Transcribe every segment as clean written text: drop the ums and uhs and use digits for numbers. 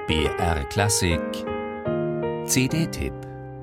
BR Klassik CD-Tipp.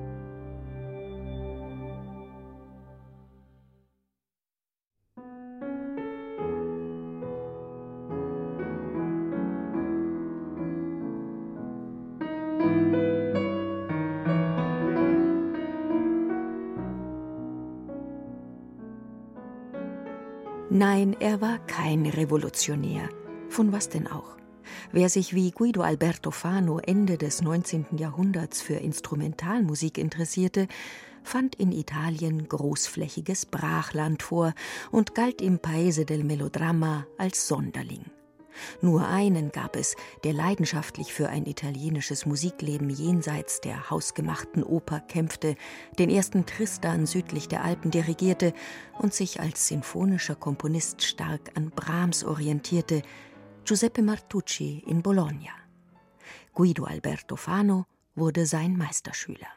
Nein, er war kein Revolutionär. Von was denn auch? Wer sich wie Guido Alberto Fano Ende des 19. Jahrhunderts für Instrumentalmusik interessierte, fand in Italien großflächiges Brachland vor und galt im Paese del Melodramma als Sonderling. Nur einen gab es, der leidenschaftlich für ein italienisches Musikleben jenseits der hausgemachten Oper kämpfte, den ersten Tristan südlich der Alpen dirigierte und sich als sinfonischer Komponist stark an Brahms orientierte, Giuseppe Martucci in Bologna. Guido Alberto Fano wurde sein Meisterschüler.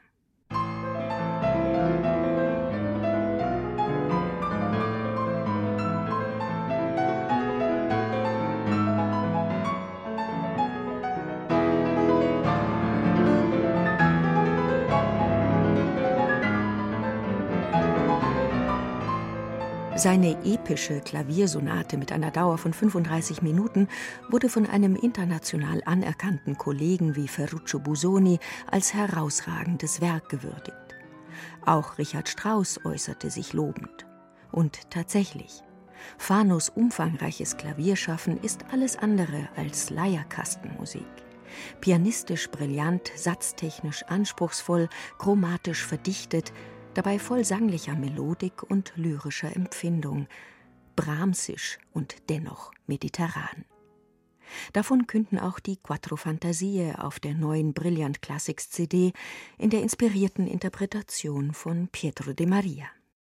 Seine epische Klaviersonate mit einer Dauer von 35 Minuten wurde von einem international anerkannten Kollegen wie Ferruccio Busoni als herausragendes Werk gewürdigt. Auch Richard Strauss äußerte sich lobend. Und tatsächlich, Fanos umfangreiches Klavierschaffen ist alles andere als Leierkastenmusik. Pianistisch brillant, satztechnisch anspruchsvoll, chromatisch verdichtet, dabei voll sanglicher Melodik und lyrischer Empfindung, brahmsisch und dennoch mediterran. Davon künden auch die Quattro Fantasie auf der neuen Brilliant Classics CD in der inspirierten Interpretation von Pietro de Maria.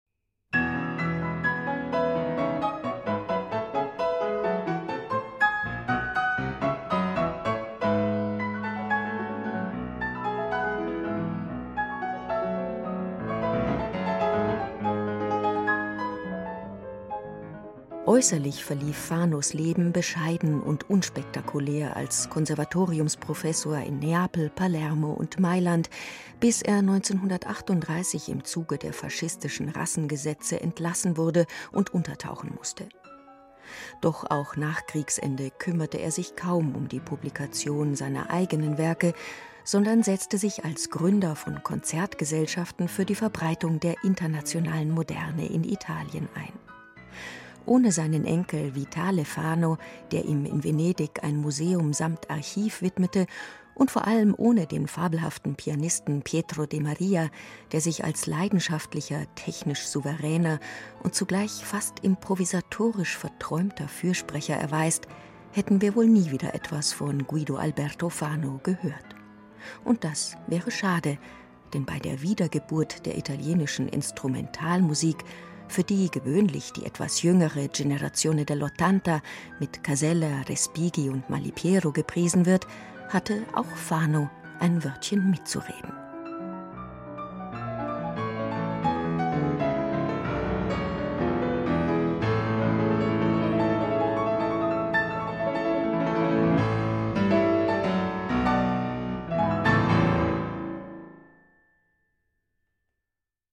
Äußerlich verlief Fanos Leben bescheiden und unspektakulär als Konservatoriumsprofessor in Neapel, Palermo und Mailand, bis er 1938 im Zuge der faschistischen Rassengesetze entlassen wurde und untertauchen musste. Doch auch nach Kriegsende kümmerte er sich kaum um die Publikation seiner eigenen Werke, sondern setzte sich als Gründer von Konzertgesellschaften für die Verbreitung der internationalen Moderne in Italien ein. Ohne seinen Enkel Vitale Fano, der ihm in Venedig ein Museum samt Archiv widmete, und vor allem ohne den fabelhaften Pianisten Pietro de Maria, der sich als leidenschaftlicher, technisch souveräner und zugleich fast improvisatorisch verträumter Fürsprecher erweist, hätten wir wohl nie wieder etwas von Guido Alberto Fano gehört. Und das wäre schade, denn bei der Wiedergeburt der italienischen Instrumentalmusik, für die gewöhnlich die etwas jüngere Generazione dell'Ottanta mit Casella, Respighi und Malipiero gepriesen wird, hatte auch Fano ein Wörtchen mitzureden.